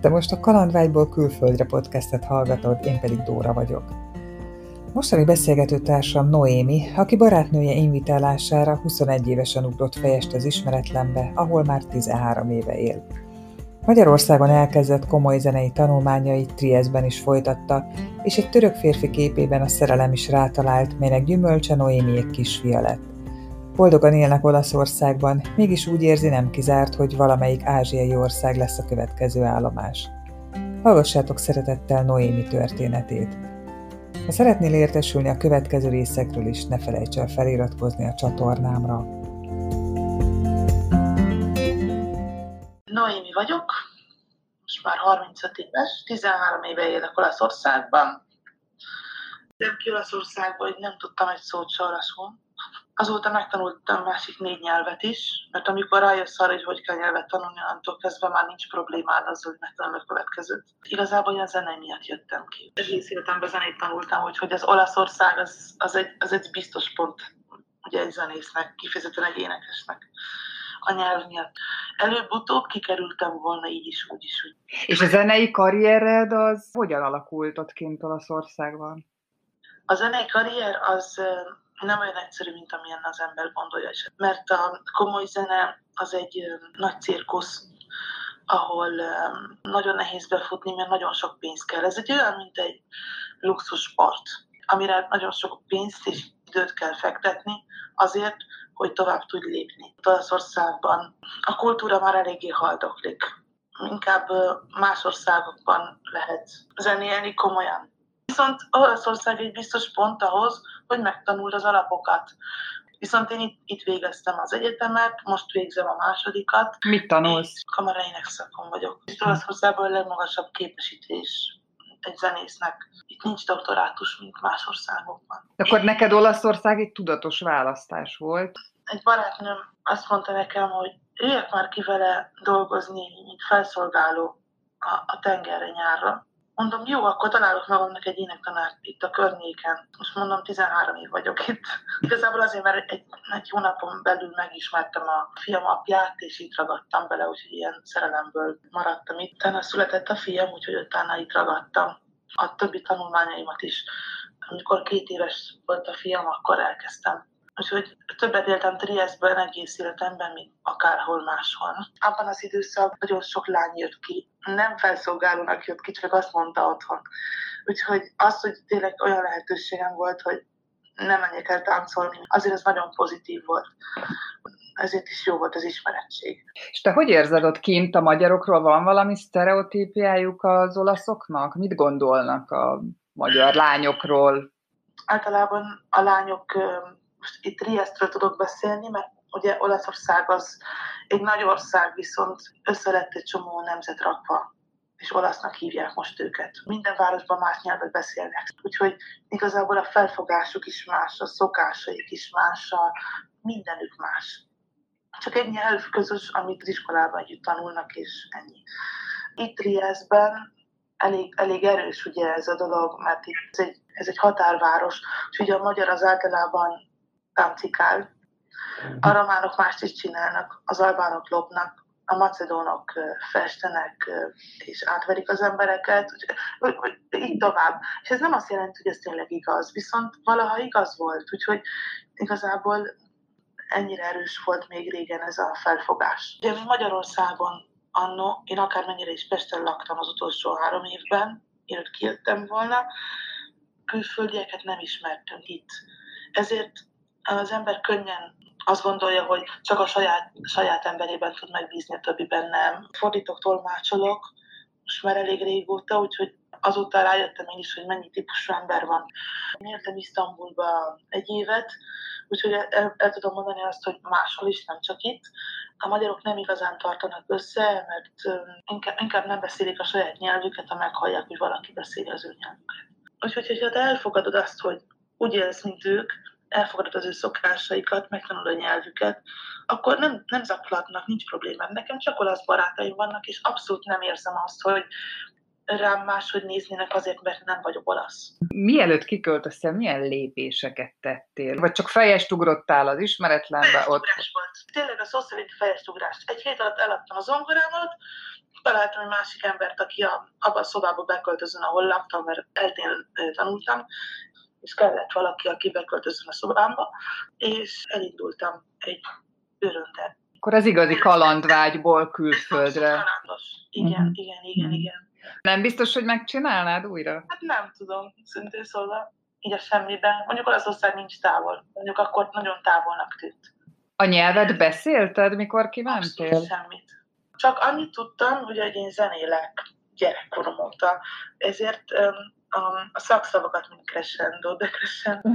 Te most a Kalandvágyból külföldre podcastet hallgatod, én pedig Dóra vagyok. Mostani beszélgetőtársam Noémi, aki barátnője invitálására 21 évesen ugrott fejest az ismeretlenbe, ahol már 13 éve él. Magyarországon elkezdett komoly zenei tanulmányait Triesztben is folytatta, és egy török férfi képében a szerelem is rátalált, melynek gyümölcse Noémiék kisfia lett. Boldogan élnek Olaszországban, mégis úgy érzi, nem kizárt, hogy valamelyik ázsiai ország lesz a következő állomás. Hallgassátok szeretettel Noémi történetét. Ha szeretnél értesülni a következő részekről is, ne felejts el feliratkozni a csatornámra. Noémi vagyok, most már 35 éves, 13 éve élek Olaszországban. Nem ki Olaszországban, hogy nem tudtam egy szót se olaszul. Azóta megtanultam másik 4 nyelvet is, mert amikor rájössz arra, hogy kell nyelvet tanulni, annantól kezdve már nincs problémád azzal, hogy megtanulom a következőt. Igazából a zene miatt jöttem ki. Egész életemben zenét tanultam, úgyhogy az Olaszország az egy biztos pont, ugye egy zenésznek, kifejezetten egy énekesnek. A nyelv miatt. Előbb-utóbb kikerültem volna így is, úgy is. És a zenei karriered az hogyan alakult ott kint Olaszországban? A zenei karrier az nem olyan egyszerű, mint amilyen az ember gondolja. Mert a komoly zene az egy nagy cirkusz, ahol nagyon nehéz befutni, mert nagyon sok pénz kell. Ez egy olyan, mint egy luxus sport, amire nagyon sok pénzt és időt kell fektetni azért, hogy tovább tudj lépni. Olaszországban a kultúra már eléggé haldoklik. Inkább más országokban lehet zenélni komolyan. Viszont Olaszország egy biztos pont ahhoz, hogy megtanuld az alapokat. Viszont én itt végeztem az egyetemet, most végzem a másodikat. Mit tanulsz? Kamaraének szakon vagyok. Itt Olaszországban a legmagasabb képesítés egy zenésznek. Itt nincs doktorátus, mint más országokban. Akkor neked Olaszország egy tudatos választás volt? Egy barátnőm azt mondta nekem, hogy jöjjek már ki vele dolgozni, mint felszolgáló a tengerre nyárra. Mondom, jó, akkor találok magamnak egy énektanárt itt a környéken. Most mondom, 13 év vagyok itt. Igazából azért, mert egy hónapon belül megismertem a fiam apját, és itt ragadtam bele, úgyhogy ilyen szerelemből maradtam itt. Utána született a fiam, úgyhogy utána itt ragadtam. A többi tanulmányaimat is. Amikor 2 éves volt a fiam, akkor elkezdtem. Úgyhogy többet éltem Triesztben egész életemben, mint akárhol máshol. Abban az időszakban nagyon sok lány jött ki. Nem felszolgálónak jött ki, csak azt mondta otthon. Úgyhogy az, hogy tényleg olyan lehetőségem volt, hogy nem menjek el táncolni, azért ez nagyon pozitív volt. Ezért is jó volt az ismerettség. És te hogy érzed ott kint a magyarokról? Van valami sztereotípiájuk az olaszoknak? Mit gondolnak a magyar lányokról? Általában a lányok, most itt Triesztről tudok beszélni, mert ugye Olaszország az egy nagy ország, viszont össze lett egy csomó nemzet rakva, és olasznak hívják most őket. Minden városban más nyelvet beszélnek. Úgyhogy igazából a felfogásuk is más, a szokásaik is más, mindenük más. Csak egy nyelv közös, amit az iskolában együtt tanulnak, és ennyi. Itt Triesztben elég erős ugye ez a dolog, mert itt ez egy határváros, és ugye a magyar az általában táncikál. A románok mást is csinálnak, az albánok lopnak, a macedónok festenek, és átverik az embereket, így tovább. És ez nem azt jelenti, hogy ez tényleg igaz, viszont valaha igaz volt, úgyhogy igazából ennyire erős volt még régen ez a felfogás. Ugye mi Magyarországon anno, én akármennyire is Pesten laktam az utolsó 3 évben, mielőtt kijöttem volna, külföldieket nem ismertünk itt. Ezért az ember könnyen azt gondolja, hogy csak a saját emberében tud megbízni, a többiben nem. Fordítok, tolmácsolok, most már elég régóta, úgyhogy azóta rájöttem én is, hogy mennyi típusú ember van. Én éltem Isztambulba 1 évet, úgyhogy el tudom mondani azt, hogy máshol is, nem csak itt. A magyarok nem igazán tartanak össze, mert inkább nem beszélik a saját nyelvüket, ha meghallják, hogy valaki beszéli az ő nyelvüket. Úgyhogy, ha te elfogadod azt, hogy úgy élsz, mint ők, elfogadod az ő szokásaikat, megtanulod a nyelvüket, akkor nem zaklatnak, nincs problémám. Nekem csak olasz barátaim vannak, és abszolút nem érzem azt, hogy rám máshogy néznének azért, mert nem vagyok olasz. Mielőtt kiköltöztél, milyen lépéseket tettél? Vagy csak fejest ugrottál az ismeretlenbe? Fejestugrás volt. Tényleg a szó szerint fejestugrás. Egy hét alatt eladtam a zongorámat, találtam egy másik embert, aki abban a szobába beköltözön, ahol laktam, mert eltén tanultam, és kellett valaki, aki beköltözön a szobámba, és elindultam egy örönttel. Akkor az igazi kalandvágyból külföldre. Kalandos. Igen. Nem biztos, hogy megcsinálnád újra? Hát nem tudom, szintén szólva, így a semmiben. Mondjuk Olaszország nincs távol. Mondjuk akkor nagyon távolnak tűnt. A nyelvet beszélted, mikor kimentél? Abszolút semmit. Csak annyit tudtam, hogy én zenélek gyerekkorom óta, ezért a szakszavakat mind crescendo, decrescendo,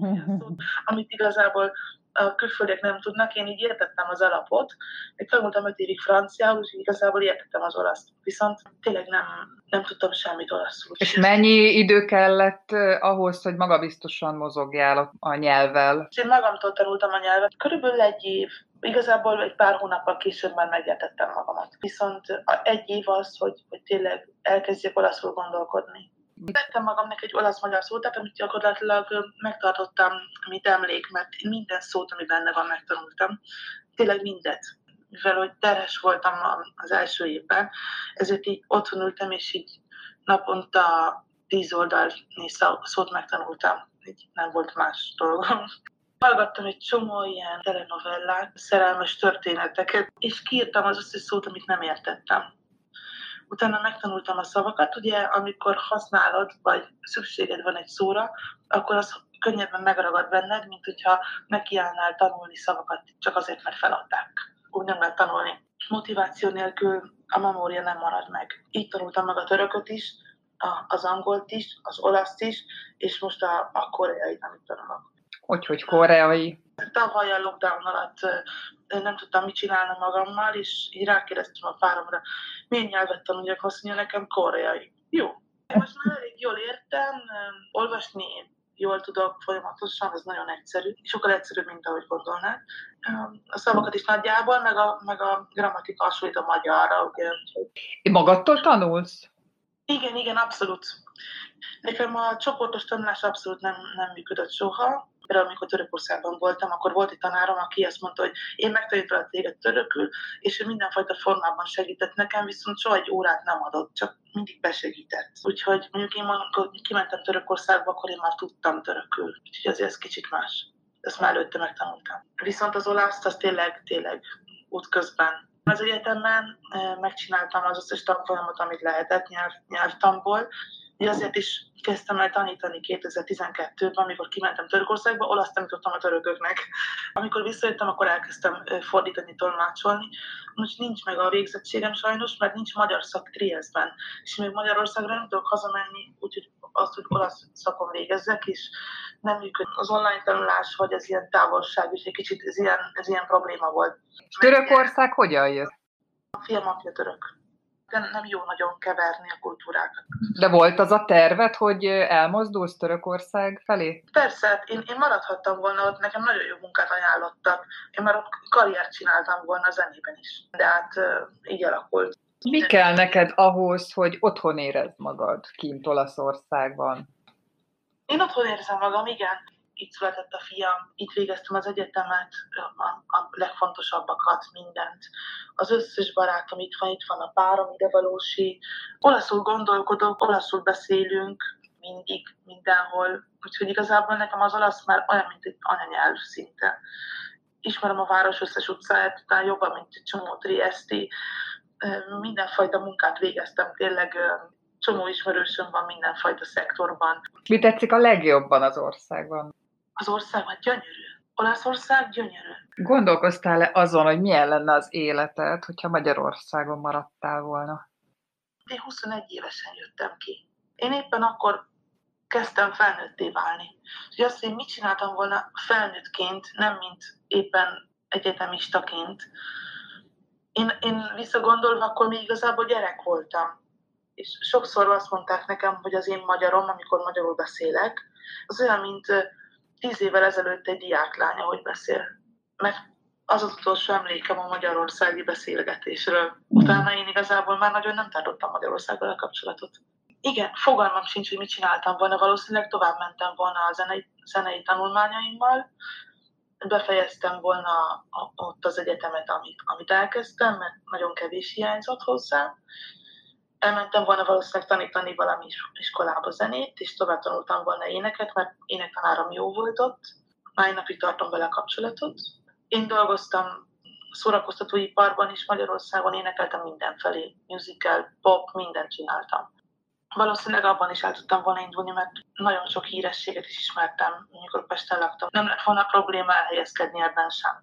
amit igazából a külföldiek nem tudnak, én így értettem az alapot, még tanultam 5 évig franciául, úgyhogy igazából értettem az olaszt. Viszont tényleg nem tudtam semmit olaszul. És mennyi idő kellett ahhoz, hogy magabiztosan mozogjál a nyelvvel? Én magamtól tanultam a nyelvet. Körülbelül 1 év. Igazából egy pár hónappal később már megértettem magamat. Viszont 1 év az, hogy tényleg elkezdjek olaszul gondolkodni. Vettem magamnak egy olasz-magyar szótát, amit gyakorlatilag megtartottam, mint emlék, mert minden szót, ami benne van, megtanultam. Tényleg mindet. Mivel hogy terhes voltam az első évben, ezért így otthon ültem, és így naponta 10 oldalnyi szót megtanultam. Így nem volt más dolgom. Hallgattam egy csomó ilyen telenovellát, szerelmes történeteket, és kiírtam az összes szót, amit nem értettem. Utána megtanultam a szavakat, ugye amikor használod, vagy szükséged van egy szóra, akkor az könnyebben megragad benned, mint hogyha nekiállnál tanulni szavakat csak azért, mert feladták. Úgy nem lehet tanulni. Motiváció nélkül a memória nem marad meg. Így tanultam meg a törököt is, az angolt is, az olaszt is, és most a koreait, amit tanulok. Hogy koreai? Tavaly a lockdown alatt nem tudtam mit csinálni magammal, és így rákérdeztem a páromra, milyen nyelvet tanuljak, azt mondja nekem koreai. Jó. Most már elég jól értem, olvasni jól tudok folyamatosan, ez nagyon egyszerű, sokkal egyszerűbb, mint ahogy gondolnád. A szavakat is nagyjából, meg a grammatika hasonlít a magyarra. Ugye. Magadtól tanulsz? Igen, abszolút. Nekem a csoportos tanulás abszolút nem működött soha. Például amikor Törökországban voltam, akkor volt egy tanárom, aki azt mondta, hogy én megtanítalak téged törökül, és ő mindenfajta formában segített nekem, viszont soha egy órát nem adott, csak mindig besegített. Úgyhogy mondjuk én amikor kimentem Törökországba, akkor én már tudtam törökül. Úgyhogy azért ez kicsit más. Ezt már előtte megtanultam. Viszont az olaszt, az tényleg útközben. Az egyetemen megcsináltam az összes tanfolyamot, amit lehetett nyelvtanból. Azért is kezdtem el tanítani 2012-ben, amikor kimentem Törökországba, olaszt tanítottam a törököknek. Amikor visszajöttem, akkor elkezdtem fordítani, tolmácsolni. Most nincs meg a végzettségem sajnos, mert nincs magyar szak Triesztben. És még Magyarországra nem tudok hazamenni, úgyhogy azt, hogy olasz szakon végezzek, és nem működik az online tanulás, vagy az ilyen távolság, és egy kicsit ez ilyen probléma volt. Törökország hogyan jött? A fiam apja török. De nem jó nagyon keverni a kultúrákat. De volt az a terved, hogy elmozdulsz Törökország felé? Persze, hát én maradhattam volna ott, nekem nagyon jó munkát ajánlottak. Én már ott karriert csináltam volna a zenében is. De hát így alakult. Mi kell neked ahhoz, hogy otthon érezd magad kint Olaszországban? Én otthon érzem magam, igen. Itt született a fiam, itt végeztem az egyetemet, a legfontosabbakat, mindent. Az összes barátom itt van a párom, idevalósi. Olaszul gondolkodok, olaszul beszélünk, mindig, mindenhol. Úgyhogy igazából nekem az olasz már olyan, mint egy anyanyelv szinte. Ismerem a város összes utcáját, talán jobban, mint egy csomó trieszti. Mindenfajta munkát végeztem, tényleg csomó ismerősöm van mindenfajta szektorban. Mi tetszik a legjobban az országban? Az ország gyönyörű. Olaszország gyönyörű. Gondolkoztál-e azon, hogy milyen lenne az életed, hogyha Magyarországon maradtál volna? Én 21 évesen jöttem ki. Én éppen akkor kezdtem felnőtté válni. Úgyhogy azt, hogy mit csináltam volna felnőttként, nem mint éppen egyetemistaként. Én visszagondolva, akkor még igazából gyerek voltam. És sokszor azt mondták nekem, hogy az én magyarom, amikor magyarul beszélek, az olyan, mint 10 évvel ezelőtt egy diáklány, ahogy beszél. Mert az az utolsó emlékem a magyarországi beszélgetésről. Utána én igazából már nagyon nem tartottam Magyarországgal a kapcsolatot. Igen, fogalmam sincs, hogy mit csináltam volna. Valószínűleg tovább mentem volna a zenei tanulmányaimmal, befejeztem volna ott az egyetemet, amit elkezdtem, mert nagyon kevés hiányzott hozzá. Elmentem volna valószínűleg tanítani valami iskolába zenét, és tovább tanultam volna éneket, mert énektanárom jó volt ott. Mai napig tartom vele kapcsolatot. Én dolgoztam szórakoztatóiparban is Magyarországon, énekeltem mindenfelé, musical, pop, mindent csináltam. Valószínűleg abban is el tudtam volna indulni, mert nagyon sok hírességet is ismertem, amikor Pesten laktam. Nem lett volna probléma elhelyezkedni ebben sem.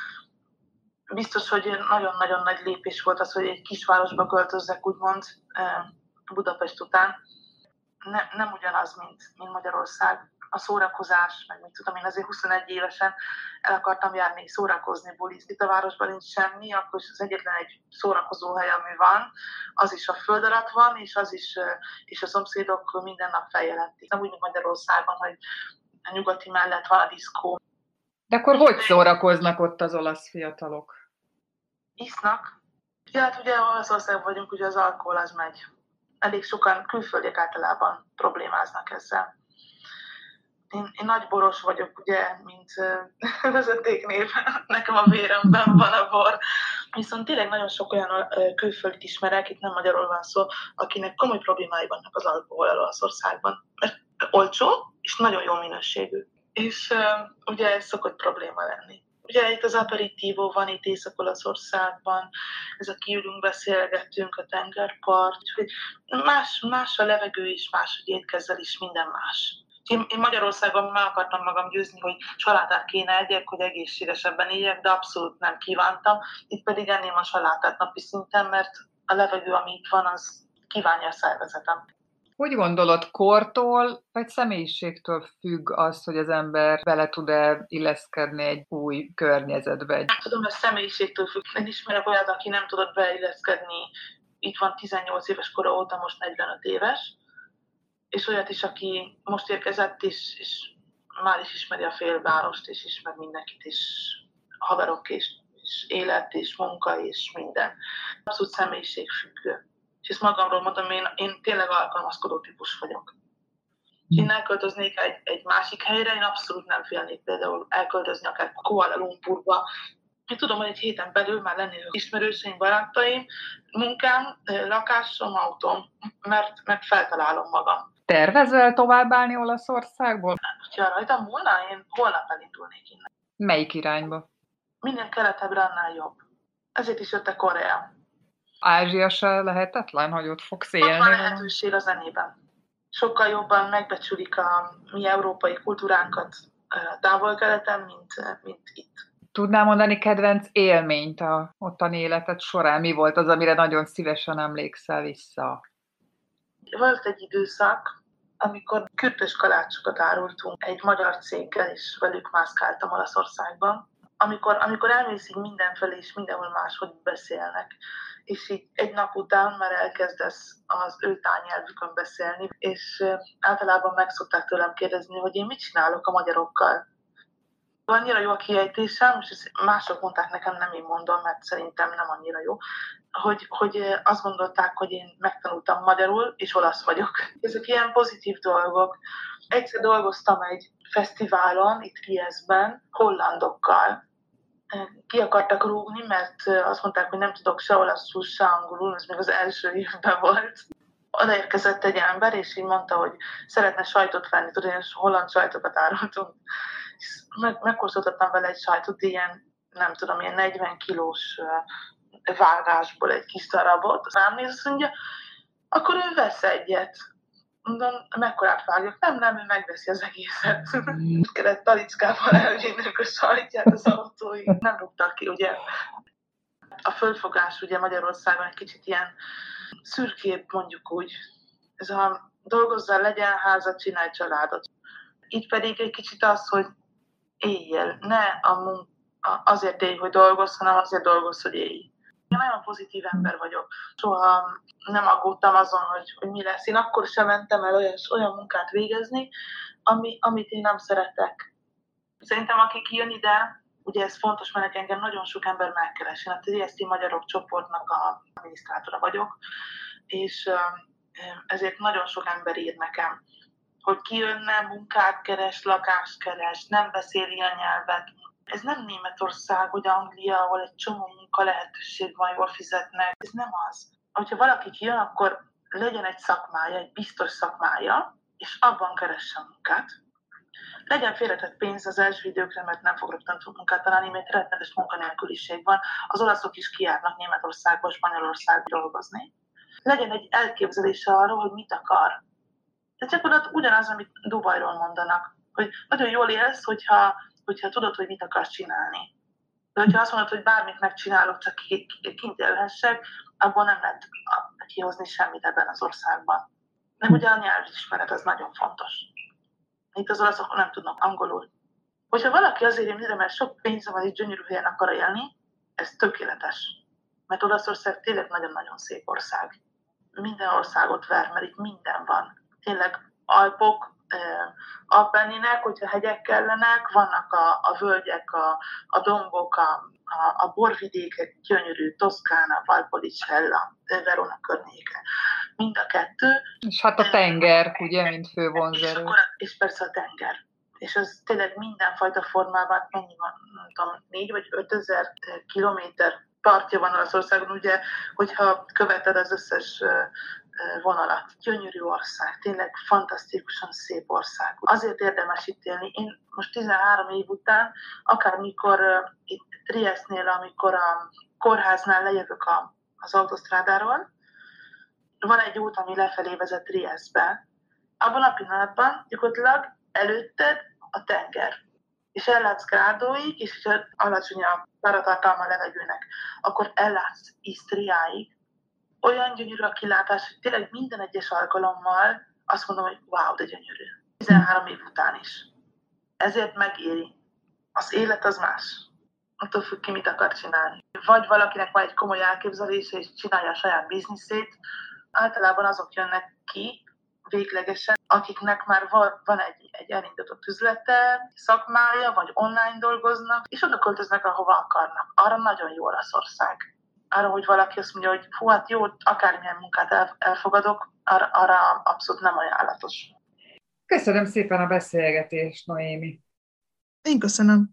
Biztos, hogy nagyon-nagyon nagy lépés volt az, hogy egy kisvárosba költözzek, úgymond Budapest után. Nem ugyanaz, mint Magyarország. A szórakozás, meg mit tudom én, azért 21 évesen el akartam járni, szórakozni, bulizni. Itt a városban nincs semmi, akkor az egyetlen egy szórakozó hely, ami van, az is a föld alatt van, és a szomszédok minden nap feljelentik. Nem úgy, mint Magyarországon, hogy a nyugati mellett van a diszkó. De akkor hogy szórakoznak ott az olasz fiatalok? Isznak. Ja, hát ugye Olaszországban vagyunk, ugye az alkohol az megy. Elég sokan külföldiek általában problémáznak ezzel. Én nagy boros vagyok, ugye, mint vezetéknév, nekem a véremben van a bor. Viszont tényleg nagyon sok olyan külföldit ismerek, itt nem magyarul van szó, akinek komoly problémái vannak az alkohollal Olaszországban. Mert olcsó, és nagyon jó minőségű. És ugye ez szokott probléma lenni. Ugye itt az aperitívó van itt Észak-Olaszországban, ez a kiülünk, beszélgettünk, a tengerpart, más a levegő is, más, hogy étkezzel is, minden más. Én Magyarországon meg akartam magam győzni, hogy salátát kéne egyek, hogy egészségesebben éljek, de abszolút nem kívántam. Itt pedig enném a salátát napi szinten, mert a levegő, ami itt van, az kívánja a szervezetem. Hogy gondolod, kortól vagy személyiségtől függ az, hogy az ember bele tud-e illeszkedni egy új környezetbe? Nem tudom, ez személyiségtől függ. Én ismerek olyat, aki nem tudott beilleszkedni, itt van 18 éves kora óta, most 45 éves, és olyat is, aki most érkezett, és már is ismeri a félvárost, és ismer mindenkit, és haverok, és élet, és munka, és minden. Abszolút személyiségfüggő. És ezt magamról mondom, én tényleg alkalmazkodó típus vagyok. Én elköltöznék egy másik helyre, én abszolút nem félnék például elköltözni akár Kuala Lumpurba. Én tudom, hogy egy héten belül már lennének ismerőseim, barátaim, munkám, lakásom, autóm, mert feltalálom magam. Tervezel továbbállni Olaszországból? Ha rajtam volna, én holnap elindulnék innen. Melyik irányba? Minden keletebbre annál jobb. Ezért is jött a Korea. Ázsia se lehetetlen, hogy ott fogsz élni? Ott van lehetőség a zenében. Sokkal jobban megbecsülik a mi európai kultúránkat távol-keleten, mint itt. Tudnál mondani kedvenc élményt a ottani életed során? Mi volt az, amire nagyon szívesen emlékszel vissza? Volt egy időszak, amikor kürtös kalácsokat árultunk egy magyar céggel, és velük mászkáltam Olaszországban. Amikor elmész így mindenfelé, és mindenhol máshogy beszélnek, és így egy nap után már elkezdesz az ő tányelvükön beszélni, és általában meg szokták tőlem kérdezni, hogy én mit csinálok a magyarokkal. Annyira jó a kiejtésem, és mások mondták nekem, nem én mondom, mert szerintem nem annyira jó, hogy azt gondolták, hogy én megtanultam magyarul, és olasz vagyok. Ezek ilyen pozitív dolgok. Egyszer dolgoztam egy fesztiválon, itt Triestben, hollandokkal. Ki akartak rúgni, mert azt mondták, hogy nem tudok se olaszul, se angolul, ez még az első évben volt. Odaérkezett egy ember, és így mondta, hogy szeretne sajtot venni, tudod, ilyen holland sajtokat árultunk. Megkóstoltattam vele egy sajtot, ilyen, nem tudom, ilyen 40 kilós vágásból egy kis darabot. Rám néz, azt mondja, akkor ő vesz egyet. Mondom, mekkorát vágjak? Nem, ő megveszi az egészet. Kellett talickával elvinnünk a sajtját az autóig. Nem rúgtak ki, ugye. A földfogás ugye Magyarországon egy kicsit ilyen szürkébb, mondjuk úgy. Ez a dolgozzál, legyen házat, csinálj családot. Itt pedig egy kicsit az, hogy éljél. Ne azért élj, hogy dolgozz, hanem azért dolgozz, hogy élj. Én nagyon pozitív ember vagyok. Soha nem aggódtam azon, hogy mi lesz. Én akkor sem mentem el olyan munkát végezni, amit én nem szeretek. Szerintem aki kijön ide, Ugye ez fontos, mert engem nagyon sok ember megkeres. Én a Trieszti Magyarok csoportnak a adminisztrátora vagyok, és ezért nagyon sok ember ír nekem, hogy kijönne, munkát keres, lakást keres, nem beszéli a nyelvet. Ez nem Németország, vagy Anglia, ahol egy csomó munka lehetőség van, jól fizetnek. Ez nem az. Hogyha valaki kijön, akkor legyen egy szakmája, egy biztos szakmája, és abban keressen munkát. Legyen félretett pénz az első időkre, mert nem fog rögtön munkát találni, mert rettenetes munkanélküliség van. Az olaszok is kijárnak Németországba, Spanyolországba dolgozni. Legyen egy elképzelése arról, hogy mit akar. De gyakorlatilag ugyanaz, amit Dubajról mondanak, hogy nagyon jól élsz, hogyha tudod, hogy mit akarsz csinálni. De hogyha azt mondod, hogy bármit megcsinálok, csak kint élhessek, abból nem lehet kihozni semmit ebben az országban. De ugye a nyelvismeret az nagyon fontos. Itt az olaszok nem tudnak angolul. Hogyha valaki azért jön ide, mert sok pénze van és gyönyörű helyen akar élni, ez tökéletes. Mert Olaszország tényleg nagyon-nagyon szép ország. Minden országot ver, mert itt minden van. Tényleg Alpok, Appenninek, hogyha hegyek kellenek, vannak a völgyek, a dombok, a borvidékek, gyönyörű, Toszkána, Valpolicella, Verona környéke. Mind a kettő. És hát a tenger, ugye, mint fő vonzerő. És persze a tenger. És az tényleg mindenfajta formában, mennyi van, nem tudom, 4 vagy 5 ezer kilométer partja van Olaszországon, ugye, hogyha követed az összes vonalat. Gyönyörű ország, tényleg fantasztikusan szép ország. Azért érdemes itt élni. Én most 13 év után, akármikor itt Triesztnél, amikor a kórháznál lejövök az autosztrádáról, van egy út, ami lefelé vezet Triesztbe. Abban a pillanatban gyakorlatilag előtted a tenger. És ellátsz Grádóig, és ha alacsony a páratartalma a levegőnek, akkor ellátsz Isztriáig. Olyan gyönyörű a kilátás, hogy tényleg minden egyes alkalommal azt mondom, hogy wow, de gyönyörű. 13 év után is. Ezért megéri. Az élet az más. Attól függ ki, mit akar csinálni. Vagy valakinek van egy komoly elképzelése, és csinálja a saját bizniszét, általában azok jönnek ki véglegesen, akiknek már van egy elindított üzlete, szakmája, vagy online dolgoznak, és oda költöznek, ahova akarnak. Arra nagyon jó Olaszország. Arra, hogy valaki azt mondja, hogy hú, hát jó, akármilyen munkát elfogadok, arra abszolút nem ajánlatos. Köszönöm szépen a beszélgetést, Noémi. Én köszönöm.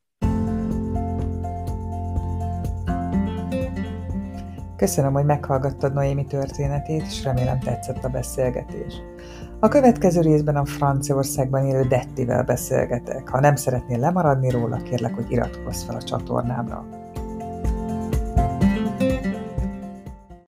Köszönöm, hogy meghallgattad Noémi történetét, és remélem tetszett a beszélgetés. A következő részben a Franciaországban élő Dettivel beszélgetek. Ha nem szeretnél lemaradni róla, kérlek, hogy iratkozz fel a csatornámra.